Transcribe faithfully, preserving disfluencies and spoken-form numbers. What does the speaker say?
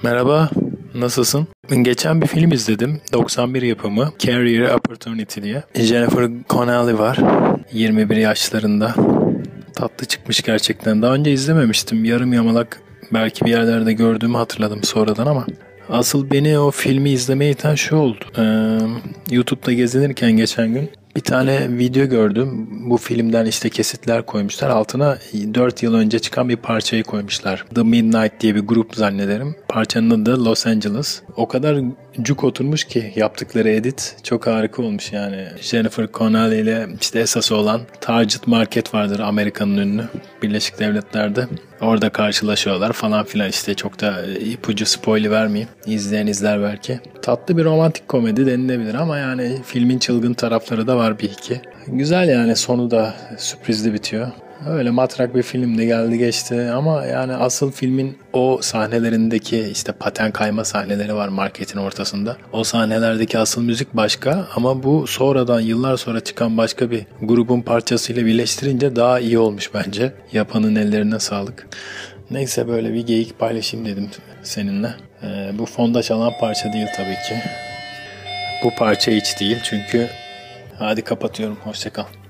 Merhaba, nasılsın? Geçen bir film izledim. doksan bir yapımı Career Opportunity diye. Jennifer Connelly var. yirmi bir yaşlarında. Tatlı çıkmış gerçekten. Daha önce izlememiştim. Yarım yamalak belki bir yerlerde gördüğümü hatırladım sonradan ama. Asıl beni o filmi izlemeye iten şu oldu. Ee, YouTube'da gezinirken geçen gün bir tane video gördüm. Bu filmden işte kesitler koymuşlar. Altına dört yıl önce çıkan bir parçayı koymuşlar. The Midnight diye bir grup zannederim. Parçanın adı Los Angeles. O kadar cuk oturmuş ki yaptıkları edit çok harika olmuş yani. Jennifer Connelly ile işte esası olan Target Market vardır, Amerika'nın ünlü. Birleşik Devletler'de. Orada karşılaşıyorlar falan filan, işte çok da ipucu spoiler vermeyeyim. İzleyen izler belki. Tatlı bir romantik komedi denilebilir ama yani filmin çılgın tarafları da var bir iki. Güzel yani, sonu da sürprizli bitiyor. Öyle matrak bir film de geldi geçti ama yani asıl filmin o sahnelerindeki işte paten kayma sahneleri var marketin ortasında. O sahnelerdeki asıl müzik başka ama bu sonradan yıllar sonra çıkan başka bir grubun parçasıyla birleştirince daha iyi olmuş bence. Yapanın ellerine sağlık. Neyse, böyle bir geyik paylaşayım dedim seninle. Ee, bu fonda çalan parça değil tabii ki. Bu parça hiç değil çünkü hadi kapatıyorum. Hoşça kal.